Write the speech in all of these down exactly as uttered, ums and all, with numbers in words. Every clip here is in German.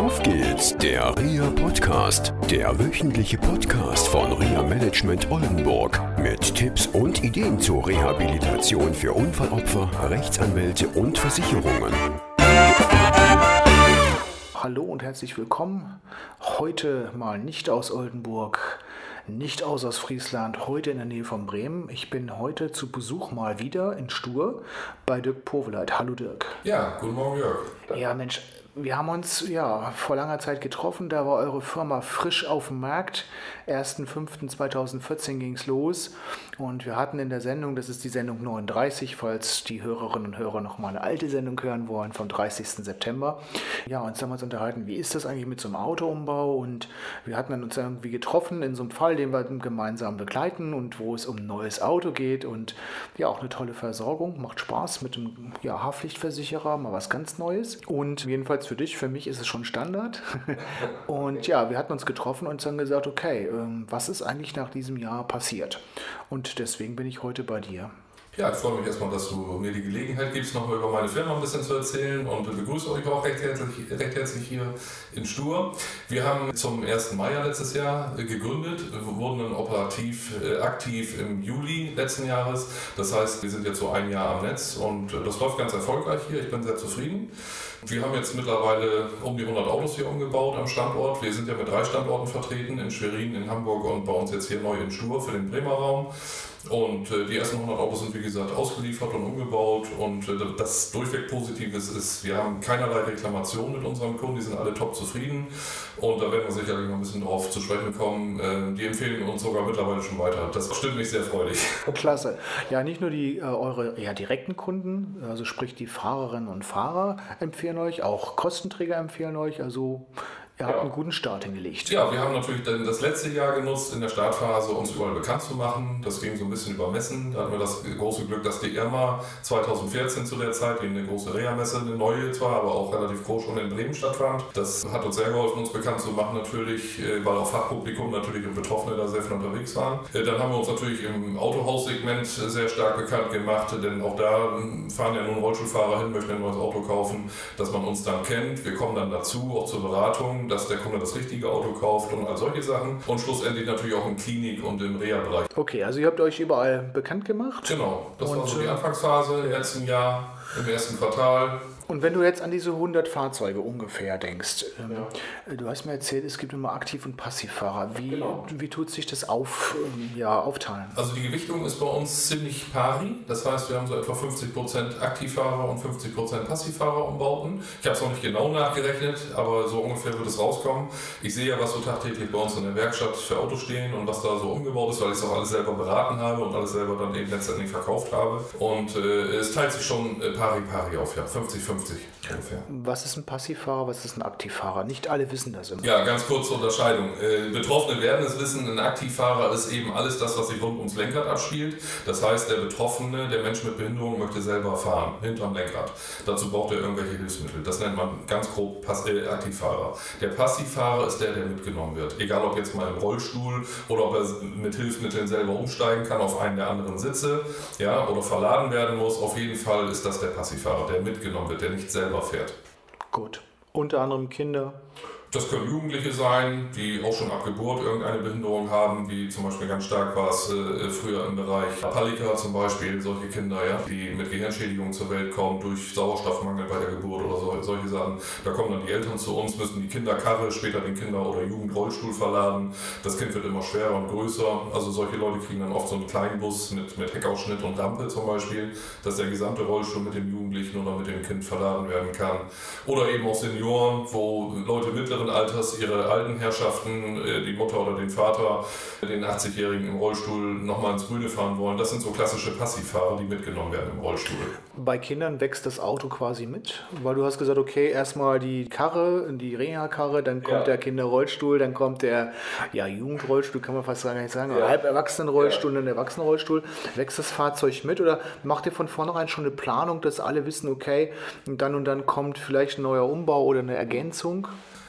Auf geht's, der R I A Podcast, der wöchentliche Podcast von R I A Management Oldenburg mit Tipps und Ideen zur Rehabilitation für Unfallopfer, Rechtsanwälte und Versicherungen. Hallo und herzlich willkommen. Heute mal nicht aus Oldenburg, nicht aus Ostfriesland, heute in der Nähe von Bremen. Ich bin heute zu Besuch mal wieder in Stur bei Dirk Poveleit. Hallo Dirk. Ja, guten Morgen Jörg. Ja Mensch, wir haben uns ja vor langer Zeit getroffen, da war eure Firma frisch auf dem Markt. erster fünfter zweitausendvierzehn ging es los und wir hatten in der Sendung, das ist die Sendung neununddreißig, falls die Hörerinnen und Hörer noch mal eine alte Sendung hören wollen, vom dreißigsten September. Ja, uns haben wir uns unterhalten, wie ist das eigentlich mit so einem Autoumbau, und wir hatten dann uns irgendwie getroffen in so einem Fall, den wir gemeinsam begleiten und wo es um ein neues Auto geht und ja, auch eine tolle Versorgung, macht Spaß mit einem ja, Haftpflichtversicherer, mal was ganz Neues, und jedenfalls für dich, für mich ist es schon Standard. Und ja, wir hatten uns getroffen und dann gesagt, okay, was ist eigentlich nach diesem Jahr passiert? Und deswegen bin ich heute bei dir. Ja, ich freue mich erstmal, dass du mir die Gelegenheit gibst, nochmal über meine Firma ein bisschen zu erzählen, und begrüße euch auch recht herzlich, recht herzlich hier in Stur. Wir haben zum ersten Mai letztes Jahr gegründet, wir wurden dann operativ äh, aktiv im Juli letzten Jahres. Das heißt, wir sind jetzt so ein Jahr am Netz und das läuft ganz erfolgreich hier. Ich bin sehr zufrieden. Wir haben jetzt mittlerweile um die hundert Autos hier umgebaut am Standort. Wir sind ja mit drei Standorten vertreten, in Schwerin, in Hamburg und bei uns jetzt hier neu in Stur für den Bremer Raum. Und äh, die ersten hundert Autos sind wie gesagt ausgeliefert und umgebaut, und äh, das durchweg Positives ist, wir haben keinerlei Reklamation mit unseren Kunden, die sind alle top zufrieden, und da werden wir sicherlich noch ein bisschen drauf zu sprechen kommen. Äh, die empfehlen uns sogar mittlerweile schon weiter. Das stimmt mich sehr freudig. Klasse. Ja, nicht nur die äh, eure ja, direkten Kunden, also sprich die Fahrerinnen und Fahrer empfehlen euch, auch Kostenträger empfehlen euch, also ihr habt ja einen guten Start hingelegt. Ja, wir haben natürlich dann das letzte Jahr genutzt, in der Startphase uns überall bekannt zu machen. Das ging so ein bisschen über Messen. Da hatten wir das große Glück, dass die IRMA zweitausendvierzehn zu der Zeit, die eine große Reha-Messe, eine neue zwar, aber auch relativ groß, schon in Bremen stattfand. Das hat uns sehr geholfen, uns bekannt zu machen natürlich, weil auch Fachpublikum natürlich und Betroffene da sehr viel unterwegs waren. Dann haben wir uns natürlich im Autohaussegment sehr stark bekannt gemacht, denn auch da fahren ja nun Rollstuhlfahrer hin, möchten ein neues Auto kaufen, dass man uns dann kennt. Wir kommen dann dazu, auch zur Beratung, dass der Kunde das richtige Auto kauft und all solche Sachen. Und schlussendlich natürlich auch in Klinik und im Reha-Bereich. Okay, also ihr habt euch überall bekannt gemacht? Genau, das und war so die Anfangsphase im letzten Jahr, im ersten Quartal. Und wenn du jetzt an diese hundert Fahrzeuge ungefähr denkst, ähm, ja. du hast mir erzählt, es gibt immer Aktiv- und Passivfahrer. Wie, genau. wie tut sich das auf, ähm, ja, aufteilen? Also die Gewichtung ist bei uns ziemlich pari. Das heißt, wir haben so etwa fünfzig Prozent Aktivfahrer und fünfzig Prozent Passivfahrer umbauten. Ich habe es noch nicht genau nachgerechnet, aber so ungefähr wird es rauskommen. Ich sehe ja, was so tagtäglich bei uns in der Werkstatt für Autos stehen und was da so umgebaut ist, weil ich es auch alles selber beraten habe und alles selber dann eben letztendlich verkauft habe. Und äh, es teilt sich schon äh, pari-pari auf, ja, fünfzig fünfzig ungefähr. Was ist ein Passivfahrer, was ist ein Aktivfahrer? Nicht alle wissen das immer. Ja, ganz kurze Unterscheidung. Äh, Betroffene werden es wissen, ein Aktivfahrer ist eben alles das, was sich rund ums Lenkrad abspielt. Das heißt, der Betroffene, der Mensch mit Behinderung, möchte selber fahren, hinterm Lenkrad. Dazu braucht er irgendwelche Hilfsmittel. Das nennt man ganz grob Pass- äh, Aktivfahrer. Der Passivfahrer ist der, der mitgenommen wird. Egal ob jetzt mal im Rollstuhl oder ob er mit Hilfsmitteln selber umsteigen kann auf einen der anderen Sitze, ja, oder verladen werden muss. Auf jeden Fall ist das der Passivfahrer, der mitgenommen wird, der nicht selber fährt. Gut. Unter anderem Kinder. Das können Jugendliche sein, die auch schon ab Geburt irgendeine Behinderung haben, wie zum Beispiel ganz stark war es äh, früher im Bereich Apalika zum Beispiel, solche Kinder, ja, die mit Gehirnschädigung zur Welt kommen durch Sauerstoffmangel bei der Geburt oder so, solche Sachen. Da kommen dann die Eltern zu uns, müssen die Kinderkarre, später den Kinder- oder Jugendrollstuhl verladen. Das Kind wird immer schwerer und größer. Also solche Leute kriegen dann oft so einen kleinen Bus mit, mit Heckausschnitt und Rampe zum Beispiel, dass der gesamte Rollstuhl mit dem Jugendlichen oder mit dem Kind verladen werden kann. Oder eben auch Senioren, wo Leute mittleren Alters ihre alten Herrschaften, die Mutter oder den Vater, den achtzigjährigen im Rollstuhl nochmal ins Grüne fahren wollen. Das sind so klassische Passivfahrer, die mitgenommen werden im Rollstuhl. Bei Kindern wächst das Auto quasi mit, weil du hast gesagt, okay, erstmal die Karre, die Reha-Karre, dann kommt ja. der Kinderrollstuhl, dann kommt der ja, Jugendrollstuhl, kann man fast gar nicht sagen, ja. Halberwachsenenrollstuhl, ja. dann der Erwachsenenrollstuhl. Wächst das Fahrzeug mit oder macht ihr von vornherein schon eine Planung, dass alle wissen, okay, dann und dann kommt vielleicht ein neuer Umbau oder eine Ergänzung?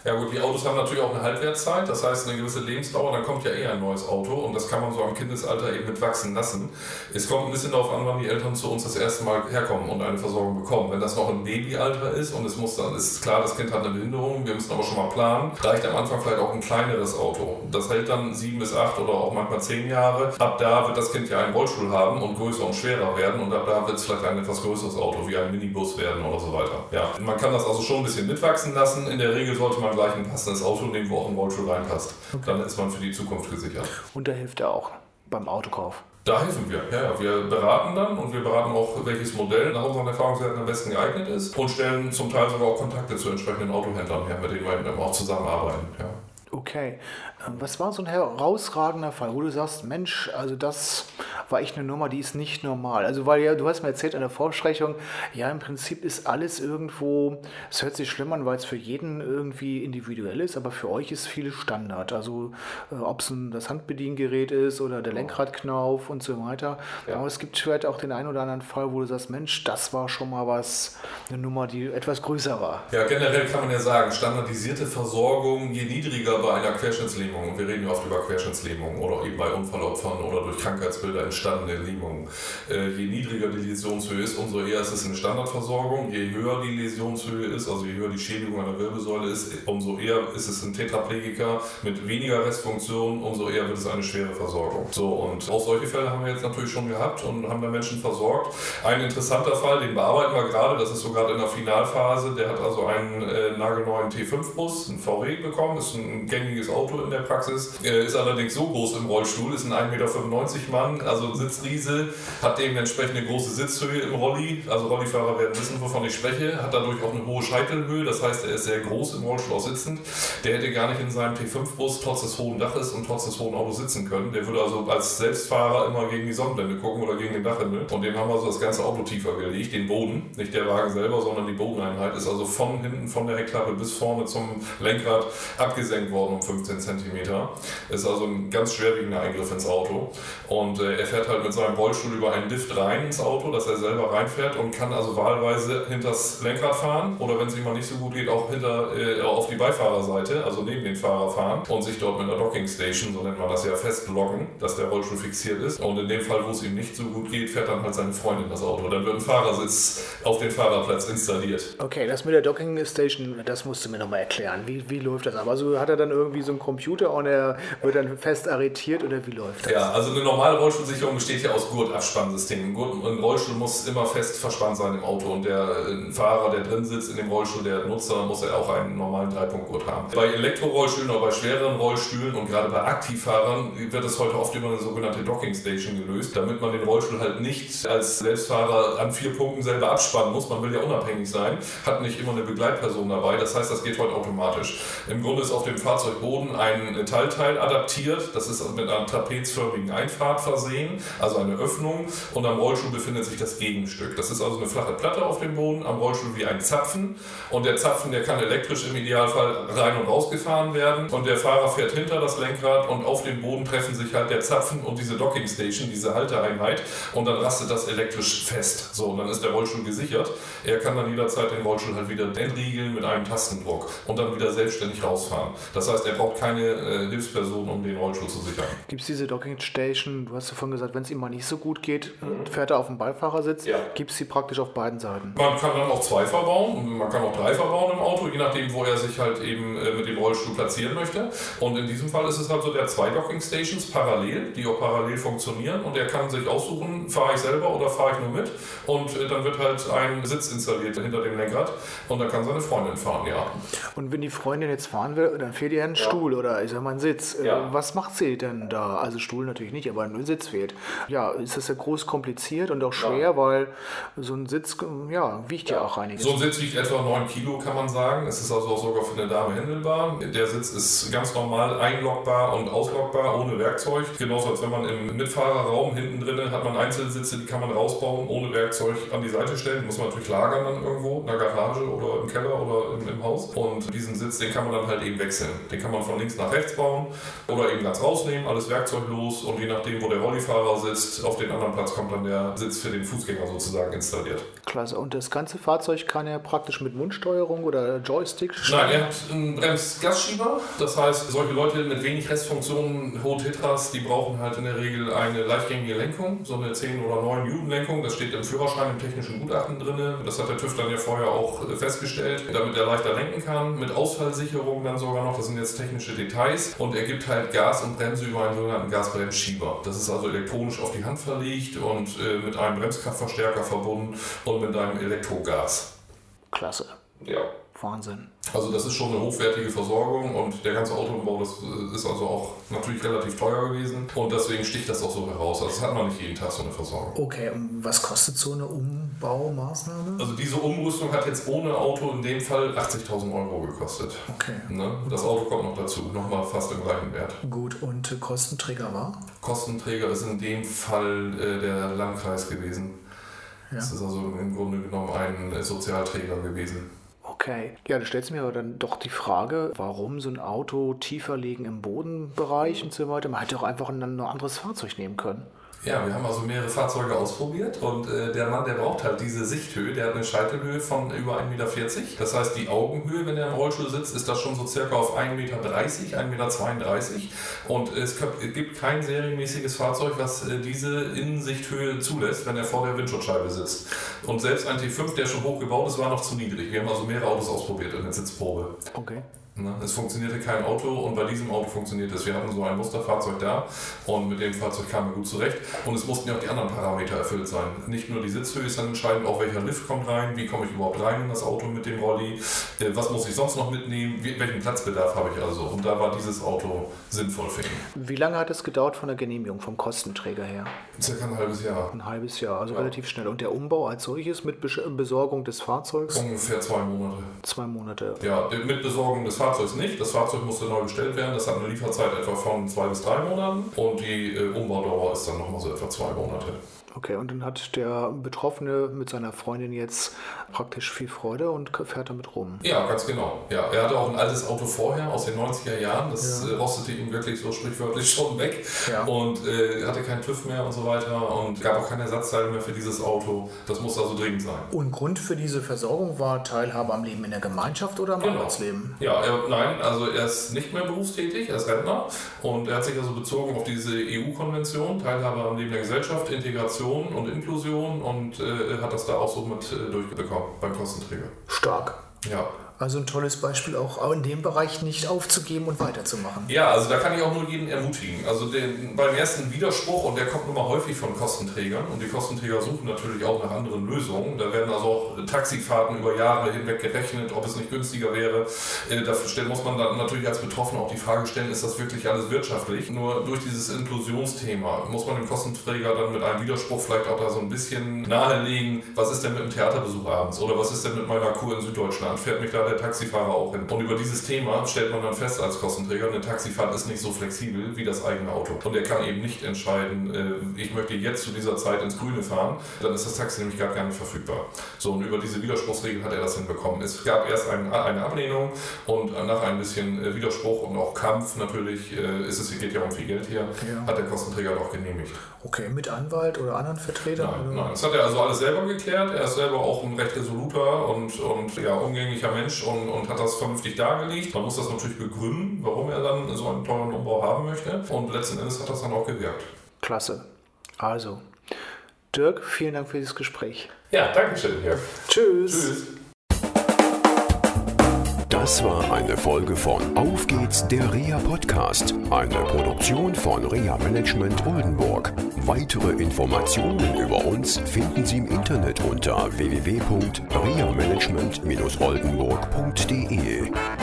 Ja gut, die Autos haben natürlich auch eine Halbwertszeit, das heißt eine gewisse Lebensdauer, dann kommt ja eh ein neues Auto und das kann man so am Kindesalter eben mit wachsen lassen. Es kommt ein bisschen darauf an, wann die Eltern zu uns das erste Mal herkommen und eine Versorgung bekommen. Wenn das noch im Babyalter ist und es muss dann, ist klar, das Kind hat eine Behinderung, wir müssen aber schon mal planen, reicht am Anfang vielleicht auch ein kleineres Auto. Das hält dann sieben bis acht oder auch manchmal zehn Jahre. Ab da wird das Kind ja einen Rollstuhl haben und größer und schwerer werden und ab da wird es vielleicht ein etwas größeres Auto, wie ein Minibus werden oder so weiter. Ja, man kann das also schon ein bisschen mitwachsen lassen. In der Regel sollte man gleich ein passendes Auto nehmen, wo auch ein Rollstuhl reinpasst. Okay. Dann ist man für die Zukunft gesichert. Und da hilft er auch beim Autokauf? Da helfen wir. Ja, ja, wir beraten dann und wir beraten auch, welches Modell nach unseren Erfahrungswerten am besten geeignet ist und stellen zum Teil sogar auch Kontakte zu entsprechenden Autohändlern her, mit denen wir eben auch zusammenarbeiten. Ja. Okay. Was war so ein herausragender Fall, wo du sagst, Mensch, also das war echt eine Nummer, die ist nicht normal. Also weil ja, du hast mir erzählt in der Vorbesprechung, ja im Prinzip ist alles irgendwo, es hört sich schlimm an, weil es für jeden irgendwie individuell ist, aber für euch ist viel Standard. Also äh, ob es ein, das Handbediengerät ist oder der Lenkradknauf und so weiter. Ja. Aber es gibt vielleicht auch den einen oder anderen Fall, wo du sagst, Mensch, das war schon mal was, eine Nummer, die etwas größer war. Ja, generell kann man ja sagen, standardisierte Versorgung, je niedriger bei einer Querschnittslähmung, und wir reden ja oft über Querschnittslähmungen oder eben bei Unfallopfern oder durch Krankheitsbilder entstandene Lähmungen. Äh, je niedriger die Läsionshöhe ist, umso eher ist es eine Standardversorgung. Je höher die Läsionshöhe ist, also je höher die Schädigung an der Wirbelsäule ist, umso eher ist es ein Tetraplegiker mit weniger Restfunktion, umso eher wird es eine schwere Versorgung. So, und auch solche Fälle haben wir jetzt natürlich schon gehabt und haben da Menschen versorgt. Ein interessanter Fall, den bearbeiten wir gerade, das ist so gerade in der Finalphase, der hat also einen äh, nagelneuen T fünf Bus, einen V W bekommen, ist ein gängiges Auto in der Praxis, äh, ist allerdings so groß im Rollstuhl, ist ein ein Meter fünfundneunzig Mann, also Sitzriese, hat dementsprechend eine große Sitzhöhe im Rolli, also Rollifahrer werden wissen, wovon ich spreche, hat dadurch auch eine hohe Scheitelhöhe, das heißt, er ist sehr groß im Rollstuhl auch sitzend, der hätte gar nicht in seinem T fünf Bus trotz des hohen Daches und trotz des hohen Autos sitzen können, der würde also als Selbstfahrer immer gegen die Sonnenblende gucken oder gegen den Dachhimmel und dem haben wir also das ganze Auto tiefer gelegt, den Boden, nicht der Wagen selber, sondern die Bodeneinheit ist also von hinten, von der Heckklappe bis vorne zum Lenkrad abgesenkt worden um fünfzehn Zentimeter. Ist also ein ganz schwerwiegender Eingriff ins Auto. Und äh, er fährt halt mit seinem Rollstuhl über einen Lift rein ins Auto, dass er selber reinfährt und kann also wahlweise hinters Lenkrad fahren oder wenn es ihm mal nicht so gut geht, auch hinter äh, auf die Beifahrerseite, also neben den Fahrer fahren und sich dort mit einer Docking Station, so nennt man das ja, festlocken, dass der Rollstuhl fixiert ist. Und in dem Fall, wo es ihm nicht so gut geht, fährt dann halt seine Freundin das Auto. Dann wird ein Fahrersitz auf den Fahrerplatz installiert. Okay, das mit der Docking Station, das musst du mir nochmal erklären. Wie, wie läuft das ab? Also hat er dann irgendwie so einen Computer und er wird dann fest arretiert oder wie läuft das? Ja, also eine normale Rollstuhlsicherung besteht ja aus Gurtabspannsystemen. Ein Rollstuhl muss immer fest verspannt sein im Auto und der Fahrer, der drin sitzt in dem Rollstuhl, der Nutzer, muss ja auch einen normalen Dreipunktgurt haben. Bei Elektrorollstühlen oder bei schwereren Rollstühlen und gerade bei Aktivfahrern wird es heute oft über eine sogenannte Docking Station gelöst, damit man den Rollstuhl halt nicht als Selbstfahrer an vier Punkten selber abspannen muss. Man will ja unabhängig sein, hat nicht immer eine Begleitperson dabei. Das heißt, das geht heute automatisch. Im Grunde ist auf dem Fahrzeugboden ein Metallteil adaptiert. Das ist mit einer trapezförmigen Einfahrt versehen, also eine Öffnung. Und am Rollstuhl befindet sich das Gegenstück. Das ist also eine flache Platte auf dem Boden, am Rollstuhl wie ein Zapfen. Und der Zapfen, der kann elektrisch im Idealfall rein und rausgefahren werden. Und der Fahrer fährt hinter das Lenkrad und auf dem Boden treffen sich halt der Zapfen und diese Docking Station, diese Halteeinheit. Und dann rastet das elektrisch fest. So, und dann ist der Rollstuhl gesichert. Er kann dann jederzeit den Rollstuhl halt wieder entriegeln mit einem Tastendruck und dann wieder selbstständig rausfahren. Das heißt, er braucht keine äh, Hilfsperson, um den Rollstuhl zu sichern. Gibt es diese Docking Station, du hast ja vorhin gesagt, wenn es ihm mal nicht so gut geht, fährt er auf dem Beifahrersitz, ja. Gibt es die praktisch auf beiden Seiten? Man kann dann auch zwei verbauen und man kann auch drei verbauen im Auto, je nachdem, wo er sich halt eben äh, mit dem Rollstuhl platzieren möchte. Und in diesem Fall ist es halt so, der zwei Docking Stations parallel, die auch parallel funktionieren und er kann sich aussuchen, fahre ich selber oder fahre ich nur mit und äh, dann wird halt ein Sitz installiert hinter dem Lenkrad und dann kann seine Freundin fahren, ja. Und wenn die Freundin jetzt fahren will, dann fehlt ihr ein ja. Stuhl oder ich sag mal ein Sitz. Ja. Was macht sie denn da? Also Stuhl natürlich nicht, aber ein Sitz fehlt. Ja, ist das ja groß kompliziert und auch schwer, ja. weil so ein Sitz ja, wiegt ja. ja auch einiges. So ein Sitz wiegt etwa neun Kilo, kann man sagen. Es ist also auch sogar für eine Dame händelbar. Der Sitz ist ganz normal einlockbar und auslockbar, ohne Werkzeug. Genauso als wenn man im Mitfahrerraum hinten drin hat man Einzelsitze, die kann man rausbauen, ohne Werkzeug an die Seite stellen. Muss man natürlich lagern dann irgendwo, in der Garage oder im Keller oder im, im Haus. Und diesen Sitz, den kann man dann halt eben wechseln. Den kann man von links nach rechts bauen oder eben ganz rausnehmen, alles werkzeuglos und je nachdem, wo der Rollifahrer sitzt, auf den anderen Platz kommt dann der Sitz für den Fußgänger sozusagen installiert. Klasse. Und das ganze Fahrzeug kann er praktisch mit Mundsteuerung oder Joystick steuern? Nein, er hat einen Brems-Gasschieber. Das heißt, solche Leute mit wenig Restfunktionen, hohe Tetras, die brauchen halt in der Regel eine leichtgängige Lenkung, so eine zehn oder neun Newton Lenkung. Das steht im Führerschein, im technischen Gutachten drin. Das hat der TÜV dann ja vorher auch festgestellt, damit er leichter lenken kann. Mit Ausfallsicherung dann sogar noch. Das sind jetzt technische Details. Und er gibt halt Gas und Bremse über einen sogenannten Gasbremsschieber. Das ist also elektronisch auf die Hand verlegt und äh, mit einem Bremskraftverstärker verbunden. Und mit einem Elektrogas. Klasse. Ja. Wahnsinn. Also das ist schon eine hochwertige Versorgung und der ganze Autoumbau, das ist also auch natürlich relativ teuer gewesen und deswegen sticht das auch so heraus. Also das hat man nicht jeden Tag so eine Versorgung. Okay, und was kostet so eine Umbaumaßnahme? Also diese Umrüstung hat jetzt ohne Auto in dem Fall achtzigtausend Euro gekostet. Okay. Ne? Das Auto kommt noch dazu, nochmal fast im gleichen Wert. Gut, und Kostenträger war? Kostenträger ist in dem Fall äh, der Landkreis gewesen. Ja. Das ist also im Grunde genommen ein Sozialträger gewesen. Okay. Ja, da stellt sich mir aber dann doch die Frage, warum so ein Auto tiefer liegen im Bodenbereich und so weiter. Man hätte auch einfach ein, ein anderes Fahrzeug nehmen können. Ja, wir haben also mehrere Fahrzeuge ausprobiert und äh, der Mann, der braucht halt diese Sichthöhe, der hat eine Scheitelhöhe von über ein Meter vierzig. Das heißt, die Augenhöhe, wenn er im Rollstuhl sitzt, ist das schon so circa auf ein Meter dreißig, ein Meter zweiunddreißig und es gibt kein serienmäßiges Fahrzeug, was äh, diese Innensichthöhe zulässt, wenn er vor der Windschutzscheibe sitzt. Und selbst ein T fünf, der schon hoch gebaut ist, war noch zu niedrig. Wir haben also mehrere Autos ausprobiert in der Sitzprobe. Okay. Es funktionierte kein Auto und bei diesem Auto funktioniert es. Wir hatten so ein Musterfahrzeug da und mit dem Fahrzeug kamen wir gut zurecht. Und es mussten ja auch die anderen Parameter erfüllt sein. Nicht nur die Sitzhöhe ist dann entscheidend, auch welcher Lift kommt rein, wie komme ich überhaupt rein in das Auto mit dem Rolli, was muss ich sonst noch mitnehmen, welchen Platzbedarf habe ich also. Und da war dieses Auto sinnvoll für ihn. Wie lange hat es gedauert von der Genehmigung, vom Kostenträger her? Circa ein halbes Jahr. Ein halbes Jahr, also ja. Relativ schnell. Und der Umbau als solches mit Besorgung des Fahrzeugs? Ungefähr zwei Monate. Zwei Monate. Ja, mit Besorgung des Fahrzeugs nicht. Das Fahrzeug musste neu bestellt werden. Das hat eine Lieferzeit etwa von zwei bis drei Monaten und die äh, Umbaudauer ist dann nochmal so etwa zwei Monate. Okay, und dann hat der Betroffene mit seiner Freundin jetzt praktisch viel Freude und fährt damit rum. Ja, ganz genau. Ja, er hatte auch ein altes Auto vorher aus den neunziger Jahren. Das ja. rostete ihm wirklich so sprichwörtlich schon weg ja. und äh, hatte keinen TÜV mehr und so weiter und gab auch keine Ersatzteile mehr für dieses Auto. Das musste also dringend sein. Und Grund für diese Versorgung war Teilhabe am Leben in der Gemeinschaft oder am genau. Arbeitsleben? Ja, er, nein, also er ist nicht mehr berufstätig, er ist Rentner und er hat sich also bezogen auf diese E U-Konvention, Teilhabe am Leben der Gesellschaft, Integration und Inklusion und äh, hat das da auch so mit äh, durchbekommen beim Kostenträger. Stark. Ja. Also ein tolles Beispiel auch in dem Bereich nicht aufzugeben und weiterzumachen. Ja, also da kann ich auch nur jeden ermutigen. Also den, beim ersten Widerspruch, und der kommt nun mal häufig von Kostenträgern, und die Kostenträger suchen natürlich auch nach anderen Lösungen. Da werden also auch Taxifahrten über Jahre hinweg gerechnet, ob es nicht günstiger wäre. Äh, dafür muss man dann natürlich als Betroffener auch die Frage stellen, ist das wirklich alles wirtschaftlich? Nur durch dieses Inklusionsthema muss man dem Kostenträger dann mit einem Widerspruch vielleicht auch da so ein bisschen nahelegen, was ist denn mit dem Theaterbesuch abends oder was ist denn mit meiner Kur in Süddeutschland? Fährt mich da der Taxifahrer auch hin. Und über dieses Thema stellt man dann fest als Kostenträger, eine Taxifahrt ist nicht so flexibel wie das eigene Auto. Und er kann eben nicht entscheiden, äh, ich möchte jetzt zu dieser Zeit ins Grüne fahren, dann ist das Taxi nämlich gar, gar nicht verfügbar. So, und über diese Widerspruchsregel hat er das hinbekommen. Es gab erst ein, eine Ablehnung und nach ein bisschen Widerspruch und auch Kampf natürlich, äh, ist es geht ja um viel Geld hier, ja. hat der Kostenträger doch genehmigt. Okay, mit Anwalt oder anderen Vertretern? Nein, oder? nein, das hat er also alles selber geklärt. Er ist selber auch ein recht resoluter und, und ja, umgänglicher Mensch und, und hat das vernünftig dargelegt. Man muss das natürlich begründen, warum er dann so einen teuren Umbau haben möchte. Und letzten Endes hat das dann auch gewirkt. Klasse. Also, Dirk, vielen Dank für dieses Gespräch. Ja, danke schön, Jörg. Tschüss. Tschüss. Das war eine Folge von Auf geht's, der Rea Podcast, eine Produktion von Rea Management Oldenburg. Weitere Informationen über uns finden Sie im Internet unter w w w punkt rea management dash oldenburg punkt d e.